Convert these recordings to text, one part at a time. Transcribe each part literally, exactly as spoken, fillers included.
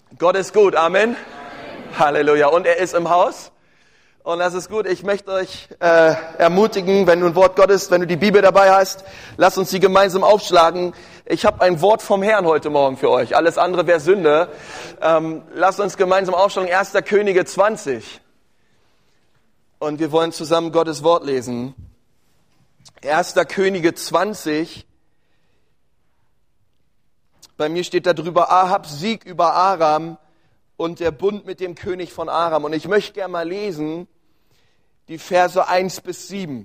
Gott ist gut, Amen. Amen. Halleluja. Und er ist im Haus. Und das ist gut. Ich möchte euch äh, ermutigen, wenn du ein Wort Gottes, wenn du die Bibel dabei hast, lass uns die gemeinsam aufschlagen. Ich habe ein Wort vom Herrn heute Morgen für euch. Alles andere wäre Sünde. Ähm, lasst uns gemeinsam aufschlagen. erster Könige zwanzig. Und wir wollen zusammen Gottes Wort lesen. erster Könige zwanzig. Bei mir steht da drüber Ahabs Sieg über Aram und der Bund mit dem König von Aram. Und ich möchte gerne mal lesen die Verse eins bis sieben.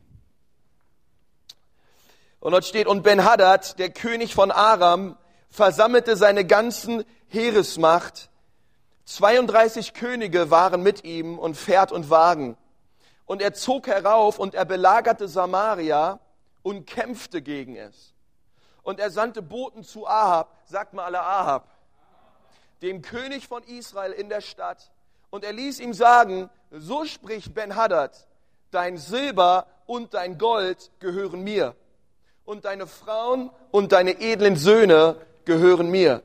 Und dort steht, und Ben-Hadad, der König von Aram, versammelte seine ganzen Heeresmacht. zweiunddreißig Könige waren mit ihm und Pferd und Wagen. Und er zog herauf und er belagerte Samaria und kämpfte gegen es. Und er sandte Boten zu Ahab, sagt mal alle Ahab, dem König von Israel in der Stadt. Und er ließ ihm sagen, so spricht Ben-Hadad, dein Silber und dein Gold gehören mir. Und deine Frauen und deine edlen Söhne gehören mir.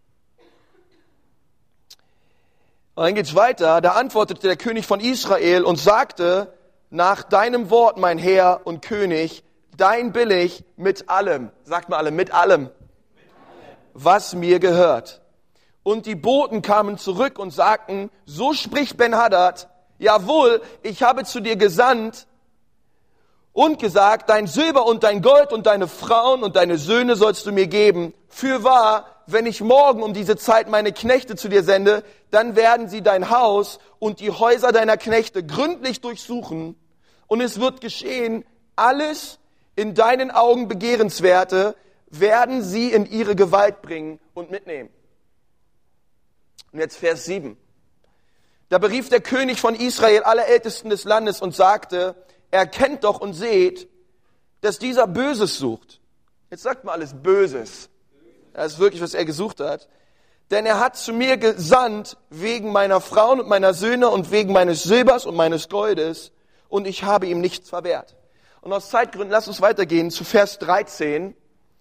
Und dann geht's weiter. Da antwortete der König von Israel und sagte, nach deinem Wort, mein Herr und König, dein billig mit allem, sagt mal alle, mit allem, was mir gehört. Und die Boten kamen zurück und sagten, so spricht Ben-Hadad, jawohl, ich habe zu dir gesandt und gesagt, dein Silber und dein Gold und deine Frauen und deine Söhne sollst du mir geben. Fürwahr, wenn ich morgen um diese Zeit meine Knechte zu dir sende, dann werden sie dein Haus und die Häuser deiner Knechte gründlich durchsuchen. Und es wird geschehen, alles in deinen Augen Begehrenswerte werden sie in ihre Gewalt bringen und mitnehmen. Und jetzt Vers sieben. Da berief der König von Israel alle Ältesten des Landes und sagte, erkennt doch und seht, dass dieser Böses sucht. Jetzt sagt mal alles Böses. Das ist wirklich, was er gesucht hat. Denn er hat zu mir gesandt wegen meiner Frauen und meiner Söhne und wegen meines Silbers und meines Goldes und ich habe ihm nichts verwehrt. Und aus Zeitgründen, lasst uns weitergehen zu Vers dreizehn.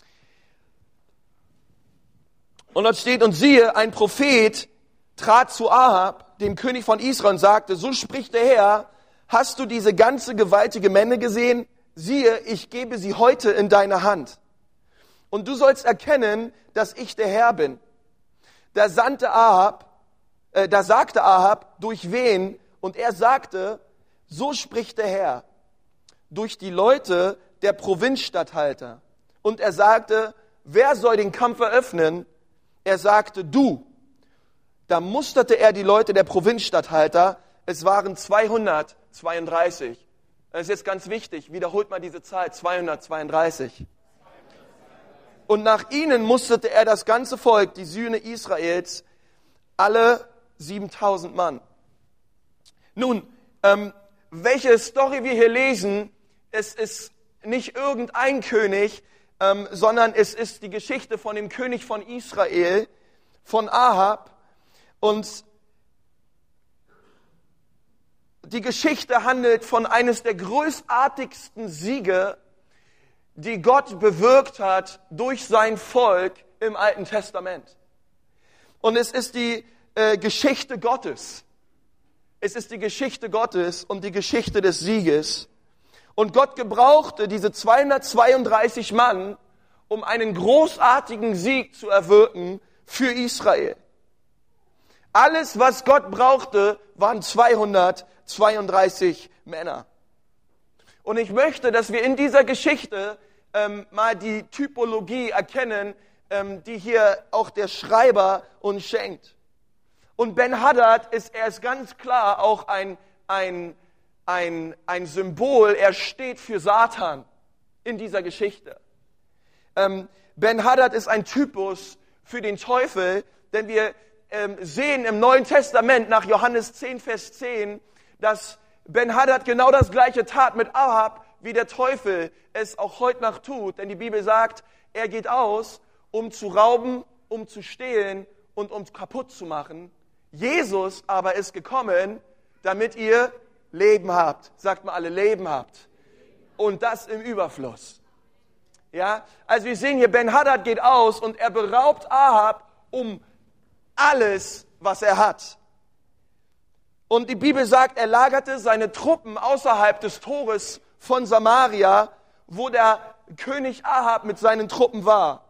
Und dort steht, und siehe, ein Prophet trat zu Ahab, dem König von Israel, und sagte, so spricht der Herr, hast du diese ganze gewaltige Menge gesehen? Siehe, ich gebe sie heute in deine Hand. Und du sollst erkennen, dass ich der Herr bin. Da sandte Ahab, äh, da sagte Ahab, durch wen? Und er sagte, so spricht der Herr, durch die Leute der Provinzstatthalter. Und er sagte, wer soll den Kampf eröffnen? Er sagte, du. Da musterte er die Leute der Provinzstatthalter. Es waren zweihundertzweiunddreißig. Das ist jetzt ganz wichtig. Wiederholt mal diese Zahl, zweihundertzweiunddreißig. Und nach ihnen musterte er das ganze Volk, die Söhne Israels, alle siebentausend Mann. Nun, ähm, welche Story wir hier lesen, es ist nicht irgendein König, ähm, sondern es ist die Geschichte von dem König von Israel, von Ahab. Und die Geschichte handelt von eines der großartigsten Siege, die Gott bewirkt hat durch sein Volk im Alten Testament. Und es ist die äh, Geschichte Gottes. Es ist die Geschichte Gottes und die Geschichte des Sieges. Und Gott gebrauchte diese zweihundertzweiunddreißig Mann, um einen großartigen Sieg zu erwirken für Israel. Alles, was Gott brauchte, waren zweihundertzweiunddreißig Männer. Und ich möchte, dass wir in dieser Geschichte ähm, mal die Typologie erkennen, ähm, die hier auch der Schreiber uns schenkt. Und Ben-Hadad ist, er ist ganz klar auch ein, ein, ein, ein Symbol, er steht für Satan in dieser Geschichte. Ähm, Ben-Hadad ist ein Typus für den Teufel, denn wir ähm, sehen im Neuen Testament nach Johannes zehn, Vers zehn, dass Ben-Hadad genau das Gleiche tat mit Ahab, wie der Teufel es auch heute noch tut. Denn die Bibel sagt, er geht aus, um zu rauben, um zu stehlen und um kaputt zu machen. Jesus aber ist gekommen, damit ihr Leben habt. Sagt mal alle, Leben habt. Und das im Überfluss. Ja, also wir sehen hier, Ben-Hadad geht aus und er beraubt Ahab um alles, was er hat. Und die Bibel sagt, er lagerte seine Truppen außerhalb des Tores von Samaria, wo der König Ahab mit seinen Truppen war.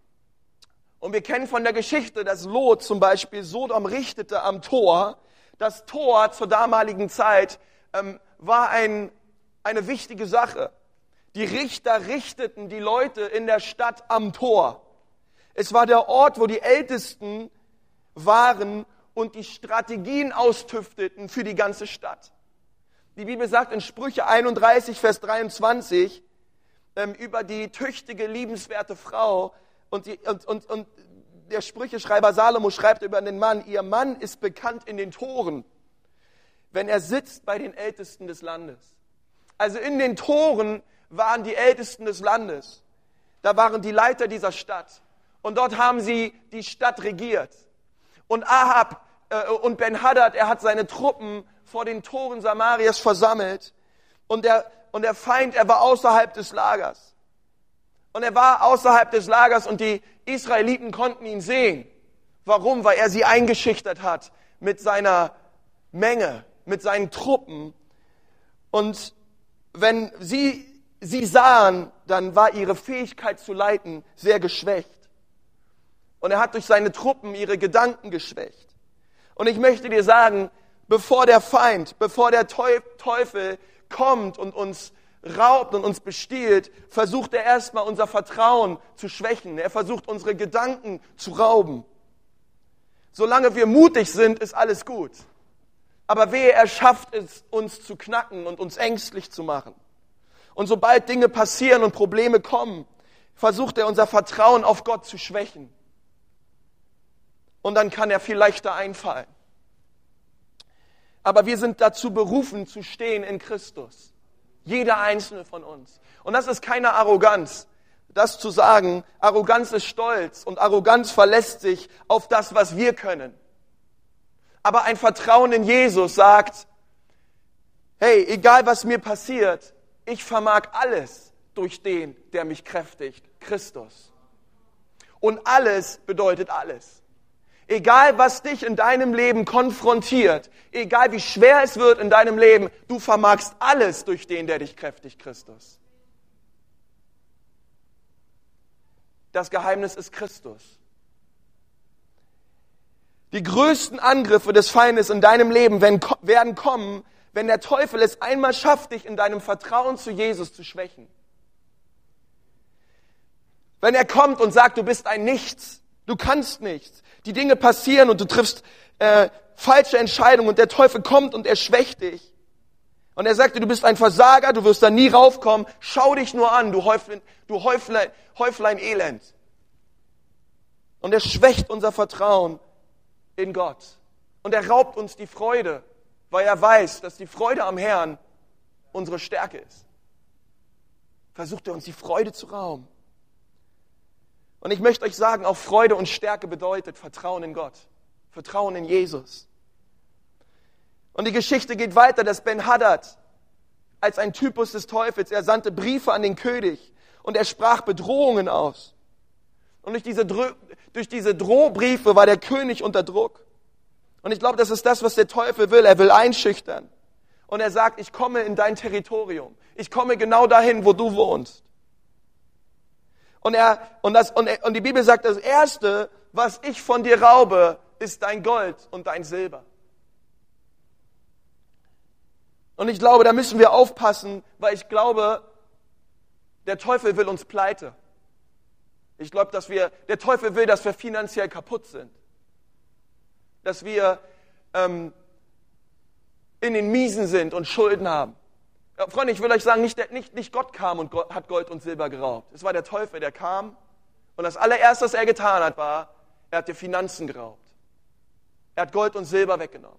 Und wir kennen von der Geschichte, dass Lot zum Beispiel Sodom richtete am Tor. Das Tor zur damaligen Zeit ähm, war ein, eine wichtige Sache. Die Richter richteten die Leute in der Stadt am Tor. Es war der Ort, wo die Ältesten waren und die Strategien austüfteten für die ganze Stadt. Die Bibel sagt in Sprüche einunddreißig, Vers dreiundzwanzig, ähm, über die tüchtige, liebenswerte Frau, und, die, und, und, und der Sprücheschreiber Salomo schreibt über den Mann, ihr Mann ist bekannt in den Toren, wenn er sitzt bei den Ältesten des Landes. Also in den Toren waren die Ältesten des Landes. Da waren die Leiter dieser Stadt. Und dort haben sie die Stadt regiert. Und Ahab äh, und Ben-Hadad, er hat seine Truppen vor den Toren Samarias versammelt. Und der, und der Feind, er war außerhalb des Lagers. Und er war außerhalb des Lagers und die Israeliten konnten ihn sehen. Warum? Weil er sie eingeschüchtert hat mit seiner Menge, mit seinen Truppen. Und wenn sie sie sahen, dann war ihre Fähigkeit zu leiten sehr geschwächt. Und er hat durch seine Truppen ihre Gedanken geschwächt. Und ich möchte dir sagen, bevor der Feind, bevor der Teufel kommt und uns raubt und uns bestiehlt, versucht er erstmal unser Vertrauen zu schwächen. Er versucht unsere Gedanken zu rauben. Solange wir mutig sind, ist alles gut. Aber wehe, er schafft es, uns zu knacken und uns ängstlich zu machen. Und sobald Dinge passieren und Probleme kommen, versucht er unser Vertrauen auf Gott zu schwächen. Und dann kann er viel leichter einfallen. Aber wir sind dazu berufen, zu stehen in Christus. Jeder einzelne von uns. Und das ist keine Arroganz, das zu sagen. Arroganz ist Stolz und Arroganz verlässt sich auf das, was wir können. Aber ein Vertrauen in Jesus sagt, hey, egal was mir passiert, ich vermag alles durch den, der mich kräftigt, Christus. Und alles bedeutet alles. Egal, was dich in deinem Leben konfrontiert, egal wie schwer es wird in deinem Leben, du vermagst alles durch den, der dich kräftigt, Christus. Das Geheimnis ist Christus. Die größten Angriffe des Feindes in deinem Leben werden kommen, wenn der Teufel es einmal schafft, dich in deinem Vertrauen zu Jesus zu schwächen. Wenn er kommt und sagt, du bist ein Nichts, du kannst nichts. Die Dinge passieren und du triffst äh, falsche Entscheidungen und der Teufel kommt und er schwächt dich. Und er sagt dir, du bist ein Versager, du wirst da nie raufkommen. Schau dich nur an, du Häuflein, du Häuflein, Häuflein Elend. Und er schwächt unser Vertrauen in Gott. Und er raubt uns die Freude, weil er weiß, dass die Freude am Herrn unsere Stärke ist. Versucht er uns die Freude zu rauben. Und ich möchte euch sagen, auch Freude und Stärke bedeutet Vertrauen in Gott, Vertrauen in Jesus. Und die Geschichte geht weiter, dass Ben-Hadad als ein Typus des Teufels, er sandte Briefe an den König und er sprach Bedrohungen aus. Und durch diese, durch diese Drohbriefe war der König unter Druck. Und ich glaube, das ist das, was der Teufel will. Er will einschüchtern. Und er sagt, ich komme in dein Territorium. Ich komme genau dahin, wo du wohnst. Und, er, und, das, und, er, und die Bibel sagt, das Erste, was ich von dir raube, ist dein Gold und dein Silber. Und ich glaube, da müssen wir aufpassen, weil ich glaube, der Teufel will uns pleite. Ich glaube, dass wir, der Teufel will, dass wir finanziell kaputt sind. Dass wir ähm, in den Miesen sind und Schulden haben. Ja, Freunde, ich will euch sagen, nicht, nicht, nicht Gott kam und Gott hat Gold und Silber geraubt. Es war der Teufel, der kam. Und das allererste, was er getan hat, war, er hat die Finanzen geraubt. Er hat Gold und Silber weggenommen.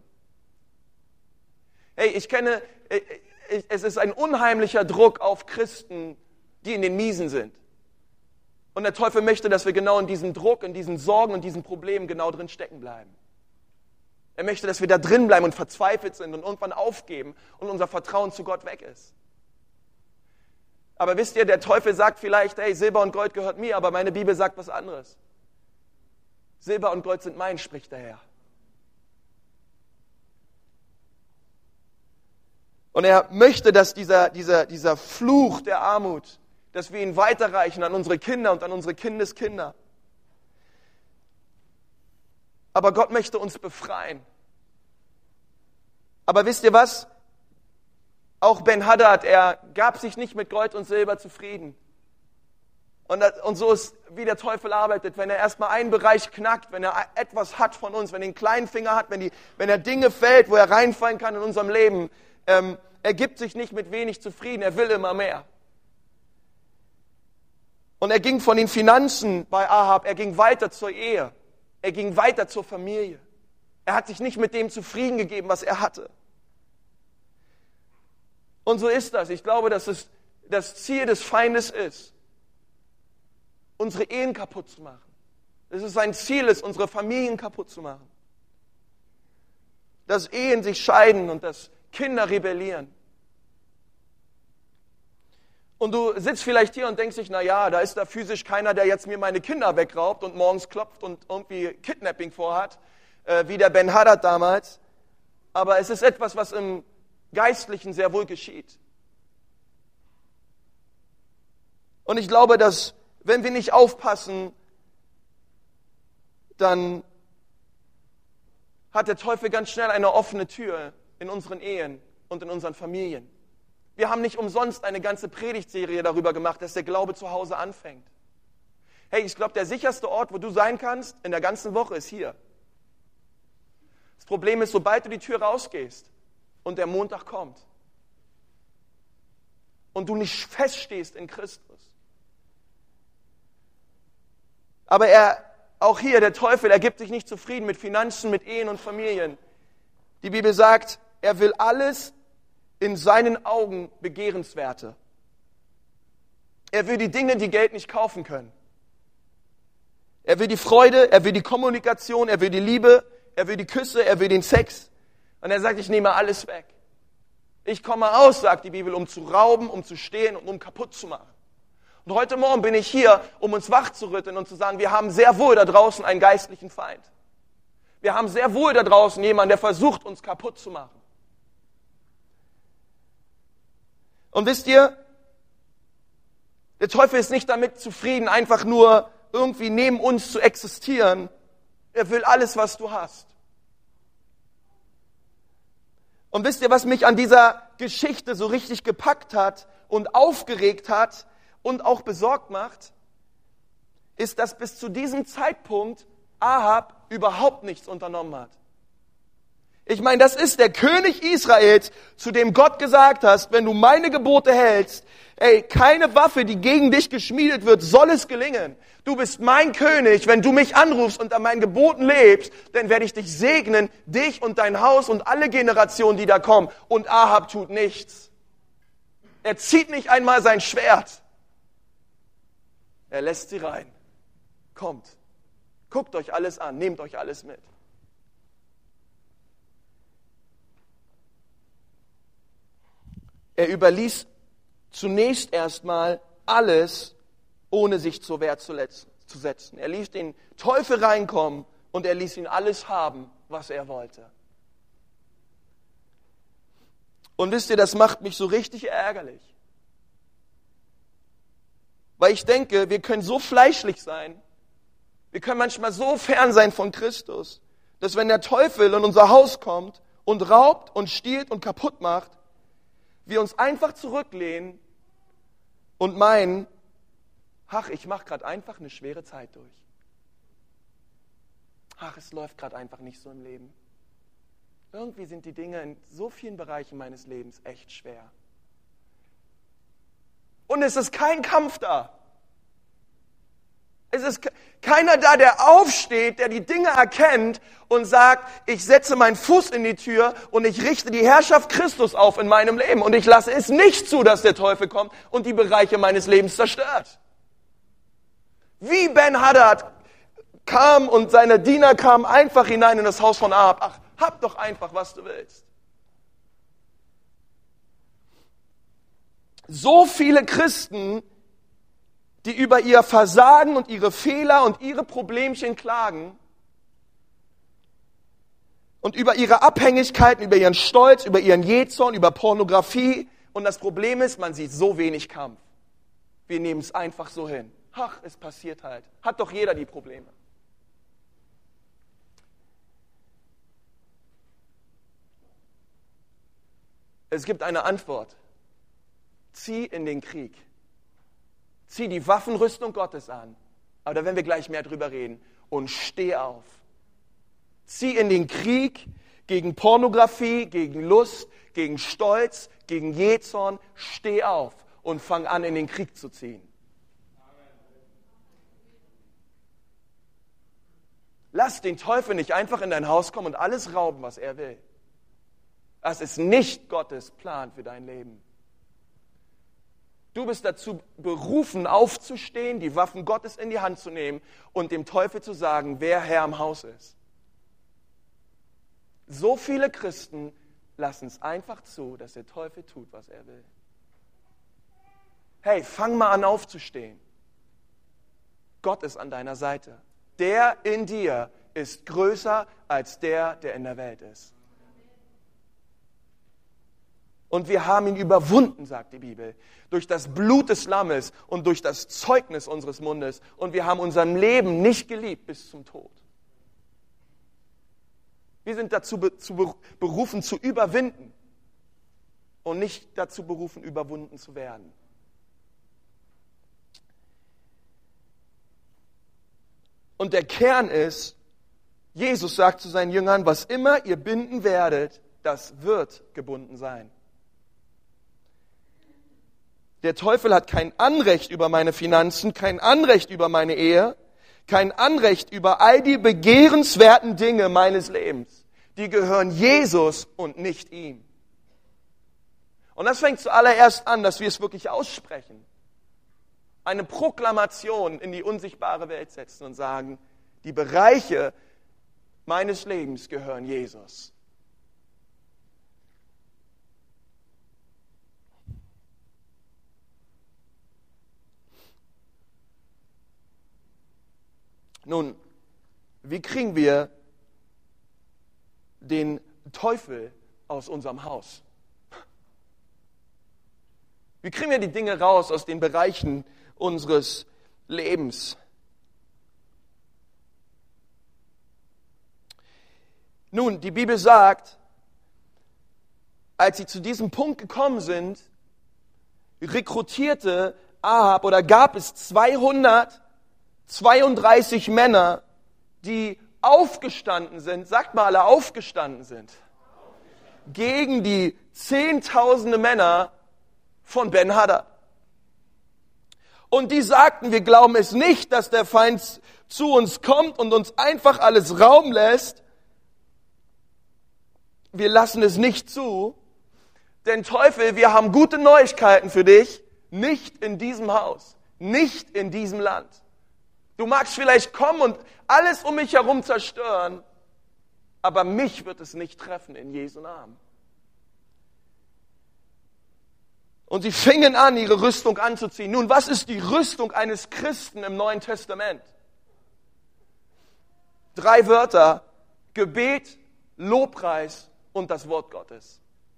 Hey, ich kenne, es ist ein unheimlicher Druck auf Christen, die in den Miesen sind. Und der Teufel möchte, dass wir genau in diesem Druck, in diesen Sorgen und diesen Problemen genau drin stecken bleiben. Er möchte, dass wir da drin bleiben und verzweifelt sind und irgendwann aufgeben und unser Vertrauen zu Gott weg ist. Aber wisst ihr, der Teufel sagt vielleicht, hey, Silber und Gold gehört mir, aber meine Bibel sagt was anderes. Silber und Gold sind mein, spricht der Herr. Und er möchte, dass dieser, dieser, dieser Fluch der Armut, dass wir ihn weiterreichen an unsere Kinder und an unsere Kindeskinder. Aber Gott möchte uns befreien. Aber wisst ihr was? Auch Ben-Hadad, er gab sich nicht mit Gold und Silber zufrieden. Und, das, und so ist, wie der Teufel arbeitet. Wenn er erstmal einen Bereich knackt, wenn er etwas hat von uns, wenn er einen kleinen Finger hat, wenn, die, wenn er Dinge fällt, wo er reinfallen kann in unserem Leben, ähm, er gibt sich nicht mit wenig zufrieden, er will immer mehr. Und er ging von den Finanzen bei Ahab, er ging weiter zur Ehe, er ging weiter zur Familie. Er hat sich nicht mit dem zufrieden gegeben, was er hatte. Und so ist das. Ich glaube, dass es das Ziel des Feindes ist, unsere Ehen kaputt zu machen. Dass es sein Ziel ist, unsere Familien kaputt zu machen. Dass Ehen sich scheiden und dass Kinder rebellieren. Und du sitzt vielleicht hier und denkst dich, na ja, da ist da physisch keiner, der jetzt mir meine Kinder wegraubt und morgens klopft und irgendwie Kidnapping vorhat, äh, wie der Ben-Hadad damals. Aber es ist etwas, was im Geistlichen sehr wohl geschieht. Und ich glaube, dass, wenn wir nicht aufpassen, dann hat der Teufel ganz schnell eine offene Tür in unseren Ehen und in unseren Familien. Wir haben nicht umsonst eine ganze Predigtserie darüber gemacht, dass der Glaube zu Hause anfängt. Hey, ich glaube, der sicherste Ort, wo du sein kannst, in der ganzen Woche, ist hier. Das Problem ist, sobald du die Tür rausgehst und der Montag kommt und du nicht feststehst in Christus. Aber er, auch hier, der Teufel, er gibt sich nicht zufrieden mit Finanzen, mit Ehen und Familien. Die Bibel sagt, er will alles in seinen Augen Begehrenswerte. Er will die Dinge, die Geld nicht kaufen können. Er will die Freude, er will die Kommunikation, er will die Liebe, er will die Küsse, er will den Sex. Und er sagt, ich nehme alles weg. Ich komme aus, sagt die Bibel, um zu rauben, um zu stehlen und um kaputt zu machen. Und heute Morgen bin ich hier, um uns wach zu rütteln und zu sagen, wir haben sehr wohl da draußen einen geistlichen Feind. Wir haben sehr wohl da draußen jemanden, der versucht, uns kaputt zu machen. Und wisst ihr, der Teufel ist nicht damit zufrieden, einfach nur irgendwie neben uns zu existieren. Er will alles, was du hast. Und wisst ihr, was mich an dieser Geschichte so richtig gepackt hat und aufgeregt hat und auch besorgt macht, ist, dass bis zu diesem Zeitpunkt Ahab überhaupt nichts unternommen hat. Ich meine, das ist der König Israels, zu dem Gott gesagt hat, wenn du meine Gebote hältst, ey, keine Waffe, die gegen dich geschmiedet wird, soll es gelingen. Du bist mein König, wenn du mich anrufst und an meinen Geboten lebst, dann werde ich dich segnen, dich und dein Haus und alle Generationen, die da kommen. Und Ahab tut nichts. Er zieht nicht einmal sein Schwert. Er lässt sie rein. Kommt, guckt euch alles an, nehmt euch alles mit. Er überließ zunächst erstmal alles, ohne sich zur Wehr zu setzen. Er ließ den Teufel reinkommen und er ließ ihn alles haben, was er wollte. Und wisst ihr, das macht mich so richtig ärgerlich. Weil ich denke, wir können so fleischlich sein, wir können manchmal so fern sein von Christus, dass wenn der Teufel in unser Haus kommt und raubt und stiehlt und kaputt macht, wir uns einfach zurücklehnen und meinen, ach, ich mache gerade einfach eine schwere Zeit durch. Ach, es läuft gerade einfach nicht so im Leben. Irgendwie sind die Dinge in so vielen Bereichen meines Lebens echt schwer. Und es ist kein Kampf da. Es ist keiner da, der aufsteht, der die Dinge erkennt und sagt, ich setze meinen Fuß in die Tür und ich richte die Herrschaft Christus auf in meinem Leben. Und ich lasse es nicht zu, dass der Teufel kommt und die Bereiche meines Lebens zerstört. Wie Ben-Hadad kam und seine Diener kamen einfach hinein in das Haus von Ahab. Ach, hab doch einfach, was du willst. So viele Christen, die über ihr Versagen und ihre Fehler und ihre Problemchen klagen und über ihre Abhängigkeiten, über ihren Stolz, über ihren Jähzorn, über Pornografie. Und das Problem ist, man sieht so wenig Kampf. Wir nehmen es einfach so hin. Ach, es passiert halt. Hat doch jeder die Probleme. Es gibt eine Antwort. Zieh in den Krieg. Zieh die Waffenrüstung Gottes an. Aber da werden wir gleich mehr drüber reden. Und steh auf. Zieh in den Krieg gegen Pornografie, gegen Lust, gegen Stolz, gegen Jähzorn. Steh auf und fang an, in den Krieg zu ziehen. Lass den Teufel nicht einfach in dein Haus kommen und alles rauben, was er will. Das ist nicht Gottes Plan für dein Leben. Du bist dazu berufen, aufzustehen, die Waffen Gottes in die Hand zu nehmen und dem Teufel zu sagen, wer Herr im Haus ist. So viele Christen lassen es einfach zu, dass der Teufel tut, was er will. Hey, fang mal an aufzustehen. Gott ist an deiner Seite. Der in dir ist größer als der, der in der Welt ist. Und wir haben ihn überwunden, sagt die Bibel, durch das Blut des Lammes und durch das Zeugnis unseres Mundes. Und wir haben unserem Leben nicht geliebt bis zum Tod. Wir sind dazu berufen, zu überwinden und nicht dazu berufen, überwunden zu werden. Und der Kern ist, Jesus sagt zu seinen Jüngern, was immer ihr binden werdet, das wird gebunden sein. Der Teufel hat kein Anrecht über meine Finanzen, kein Anrecht über meine Ehe, kein Anrecht über all die begehrenswerten Dinge meines Lebens. Die gehören Jesus und nicht ihm. Und das fängt zuallererst an, dass wir es wirklich aussprechen. Eine Proklamation in die unsichtbare Welt setzen und sagen, die Bereiche meines Lebens gehören Jesus. Nun, wie kriegen wir den Teufel aus unserem Haus? Wie kriegen wir die Dinge raus aus den Bereichen unseres Lebens? Nun, die Bibel sagt, als sie zu diesem Punkt gekommen sind, rekrutierte Ahab oder gab es zweihundertzweiunddreißig Männer, die aufgestanden sind, sagt mal alle, aufgestanden sind, gegen die zehntausende Männer von Ben-Hadad. Und die sagten, wir glauben es nicht, dass der Feind zu uns kommt und uns einfach alles Raum lässt. Wir lassen es nicht zu. Denn Teufel, wir haben gute Neuigkeiten für dich. Nicht in diesem Haus, nicht in diesem Land. Du magst vielleicht kommen und alles um mich herum zerstören, aber mich wird es nicht treffen in Jesu Namen. Und sie fingen an, ihre Rüstung anzuziehen. Nun, was ist die Rüstung eines Christen im Neuen Testament? Drei Wörter: Gebet, Lobpreis und das Wort Gottes.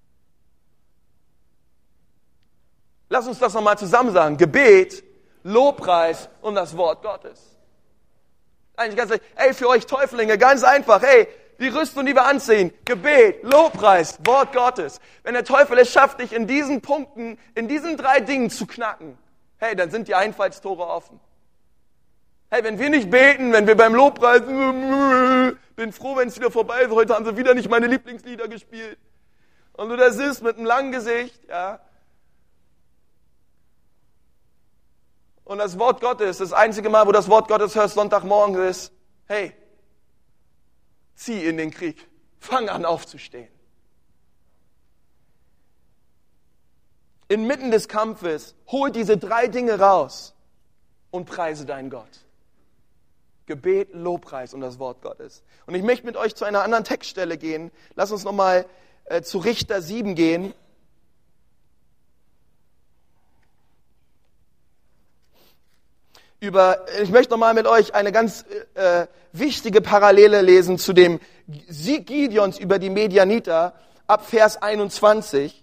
Lass uns das nochmal zusammen sagen. Gebet, Lobpreis und das Wort Gottes. Eigentlich ganz, ey, für euch Täuflinge, ganz einfach, ey, die Rüstung, die wir anziehen, Gebet, Lobpreis, Wort Gottes. Wenn der Teufel es schafft, dich in diesen Punkten, in diesen drei Dingen zu knacken, hey, dann sind die Einfallstore offen. Hey, wenn wir nicht beten, wenn wir beim Lobpreis, bin froh, wenn es wieder vorbei ist, heute haben sie wieder nicht meine Lieblingslieder gespielt. Und du da sitzt mit einem langen Gesicht, ja. Und das Wort Gottes, das einzige Mal, wo das Wort Gottes hörst, Sonntagmorgen ist, hey, zieh in den Krieg. Fang an aufzustehen. Inmitten des Kampfes, hol diese drei Dinge raus und preise deinen Gott. Gebet, Lobpreis und das Wort Gottes. Und ich möchte mit euch zu einer anderen Textstelle gehen. Lass uns nochmal äh, zu Richter sieben gehen. über, ich möchte nochmal mit euch eine ganz äh, wichtige Parallele lesen zu dem Sieg Gideons über die Medianiter ab Vers einundzwanzig.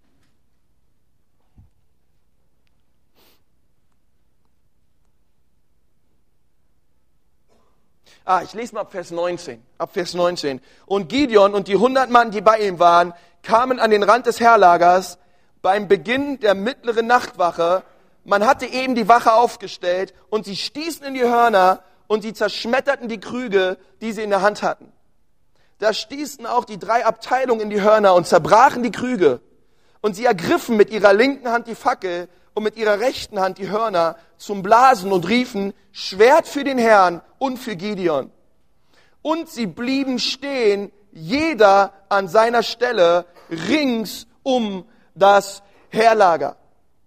Ah, ich lese mal ab Vers neunzehn. Ab Vers neunzehn. Und Gideon und die hundert Mann, die bei ihm waren, kamen an den Rand des Heerlagers beim Beginn der mittleren Nachtwache. Man hatte eben die Wache aufgestellt und sie stießen in die Hörner und sie zerschmetterten die Krüge, die sie in der Hand hatten. Da stießen auch die drei Abteilungen in die Hörner und zerbrachen die Krüge. Und sie ergriffen mit ihrer linken Hand die Fackel und mit ihrer rechten Hand die Hörner zum Blasen und riefen, Schwert für den Herrn und für Gideon. Und sie blieben stehen, jeder an seiner Stelle, rings um das Heerlager.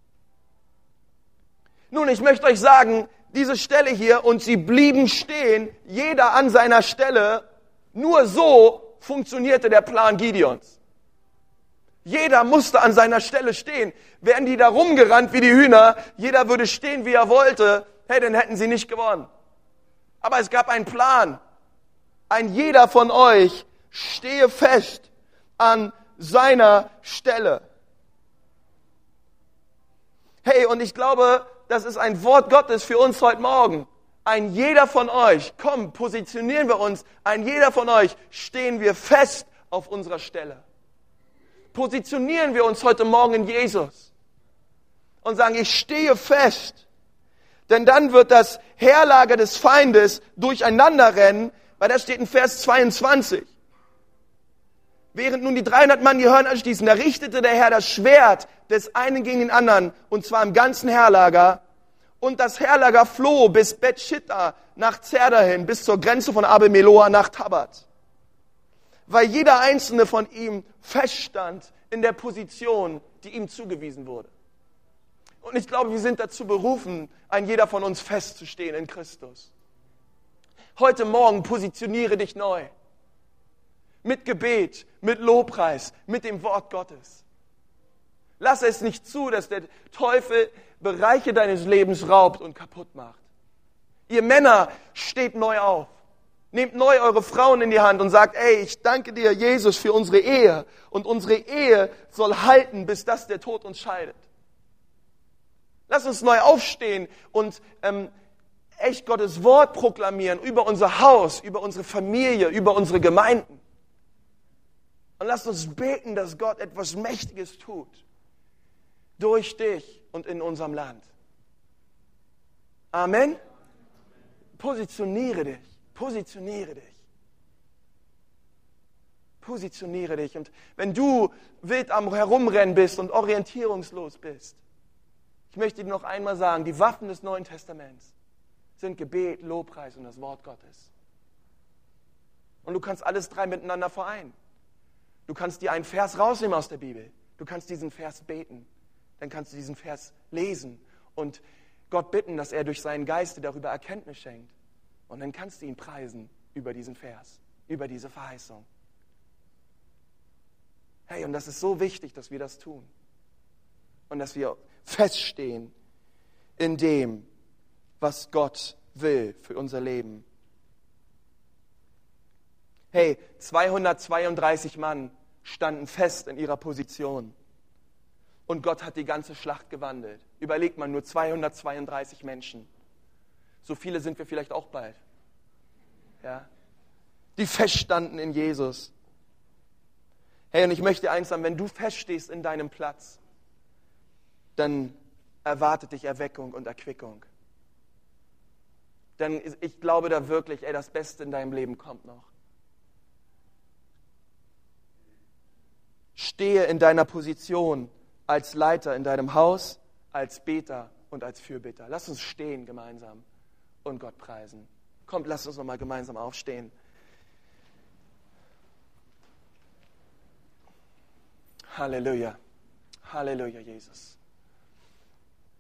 Nun, ich möchte euch sagen, diese Stelle hier, und sie blieben stehen, jeder an seiner Stelle, nur so funktionierte der Plan Gideons. Jeder musste an seiner Stelle stehen. Wären die da rumgerannt wie die Hühner, jeder würde stehen, wie er wollte, hey, dann hätten sie nicht gewonnen. Aber es gab einen Plan. Ein jeder von euch stehe fest an seiner Stelle. Hey, und ich glaube, das ist ein Wort Gottes für uns heute Morgen. Ein jeder von euch, komm, positionieren wir uns, ein jeder von euch, stehen wir fest auf unserer Stelle. Positionieren wir uns heute Morgen in Jesus und sagen, ich stehe fest. Denn dann wird das Heerlager des Feindes durcheinander rennen, weil das steht in Vers zweiundzwanzig. Während nun die dreihundert Mann die Hörner stießen, da richtete der Herr das Schwert des einen gegen den anderen, und zwar im ganzen Heerlager. Und das Heerlager floh bis Bet-Schitta nach Zerda hin, bis zur Grenze von Abel-Meloa nach Tabat. Weil jeder einzelne von ihm feststand in der Position, die ihm zugewiesen wurde. Und ich glaube, wir sind dazu berufen, ein jeder von uns festzustehen in Christus. Heute Morgen positioniere dich neu. Mit Gebet, mit Lobpreis, mit dem Wort Gottes. Lass es nicht zu, dass der Teufel Bereiche deines Lebens raubt und kaputt macht. Ihr Männer, steht neu auf. Nehmt neu eure Frauen in die Hand und sagt, ey, ich danke dir, Jesus, für unsere Ehe. Und unsere Ehe soll halten, bis das der Tod uns scheidet. Lass uns neu aufstehen und ähm, echt Gottes Wort proklamieren über unser Haus, über unsere Familie, über unsere Gemeinden. Und lasst uns beten, dass Gott etwas Mächtiges tut. Durch dich und in unserem Land. Amen. Positioniere dich. Positioniere dich. Positioniere dich. Und wenn du wild am Herumrennen bist und orientierungslos bist, ich möchte dir noch einmal sagen, die Waffen des Neuen Testaments sind Gebet, Lobpreis und das Wort Gottes. Und du kannst alles drei miteinander vereinen. Du kannst dir einen Vers rausnehmen aus der Bibel. Du kannst diesen Vers beten. Dann kannst du diesen Vers lesen und Gott bitten, dass er durch seinen Geist dir darüber Erkenntnis schenkt. Und dann kannst du ihn preisen über diesen Vers, über diese Verheißung. Hey, und das ist so wichtig, dass wir das tun. Und dass wir feststehen in dem, was Gott will für unser Leben. Hey, zweihundertzweiunddreißig Mann standen fest in ihrer Position. Und Gott hat die ganze Schlacht gewandelt. Überlegt mal, nur zweihundertzweiunddreißig Menschen. So viele sind wir vielleicht auch bald. Ja? Die feststanden in Jesus. Hey, und ich möchte eins sagen, wenn du feststehst in deinem Platz, dann erwartet dich Erweckung und Erquickung. Denn ich glaube da wirklich, ey, das Beste in deinem Leben kommt noch. Stehe in deiner Position als Leiter in deinem Haus, als Beter und als Fürbitter. Lass uns stehen gemeinsam und Gott preisen. Kommt, lass uns nochmal gemeinsam aufstehen. Halleluja. Halleluja, Jesus.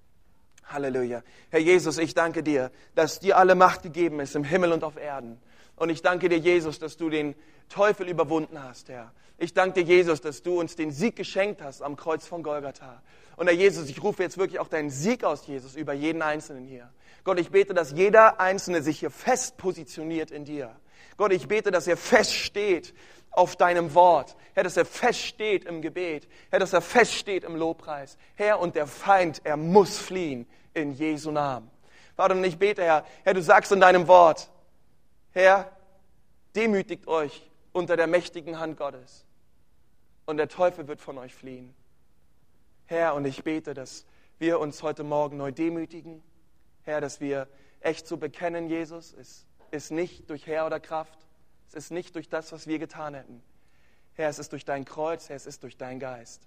Halleluja. Herr Jesus, ich danke dir, dass dir alle Macht gegeben ist im Himmel und auf Erden. Und ich danke dir, Jesus, dass du den Teufel überwunden hast, Herr. Ich danke dir, Jesus, dass du uns den Sieg geschenkt hast am Kreuz von Golgatha. Und Herr Jesus, ich rufe jetzt wirklich auch deinen Sieg aus, Jesus, über jeden Einzelnen hier. Gott, ich bete, dass jeder Einzelne sich hier fest positioniert in dir. Gott, ich bete, dass er feststeht auf deinem Wort. Herr, dass er feststeht im Gebet. Herr, dass er feststeht im Lobpreis. Herr, und der Feind, er muss fliehen in Jesu Namen. Vater, und ich bete, Herr, Herr, du sagst in deinem Wort, Herr, demütigt euch unter der mächtigen Hand Gottes und der Teufel wird von euch fliehen. Herr, und ich bete, dass wir uns heute Morgen neu demütigen. Herr, dass wir echt so bekennen, Jesus, es ist nicht durch Herr oder Kraft, es ist nicht durch das, was wir getan hätten. Herr, es ist durch dein Kreuz, Herr, es ist durch deinen Geist.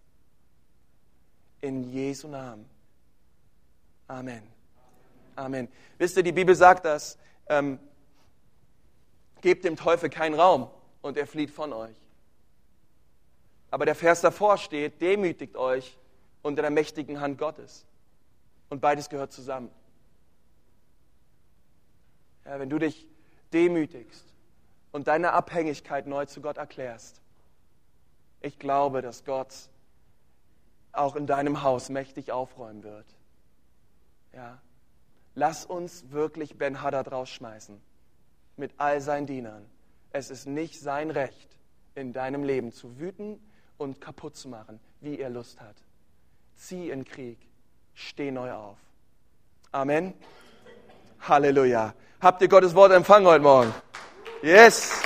In Jesu Namen. Amen. Amen. Wisst ihr, die Bibel sagt das, ähm, gebt dem Teufel keinen Raum und er flieht von euch. Aber der Vers davor steht, demütigt euch unter der mächtigen Hand Gottes. Und beides gehört zusammen. Ja, wenn du dich demütigst und deine Abhängigkeit neu zu Gott erklärst, ich glaube, dass Gott auch in deinem Haus mächtig aufräumen wird. Ja. Lass uns wirklich Ben-Hadad rausschmeißen mit all seinen Dienern. Es ist nicht sein Recht, in deinem Leben zu wüten und kaputt zu machen, wie er Lust hat. Zieh in Krieg, steh neu auf. Amen. Halleluja. Habt ihr Gottes Wort empfangen heute Morgen? Yes.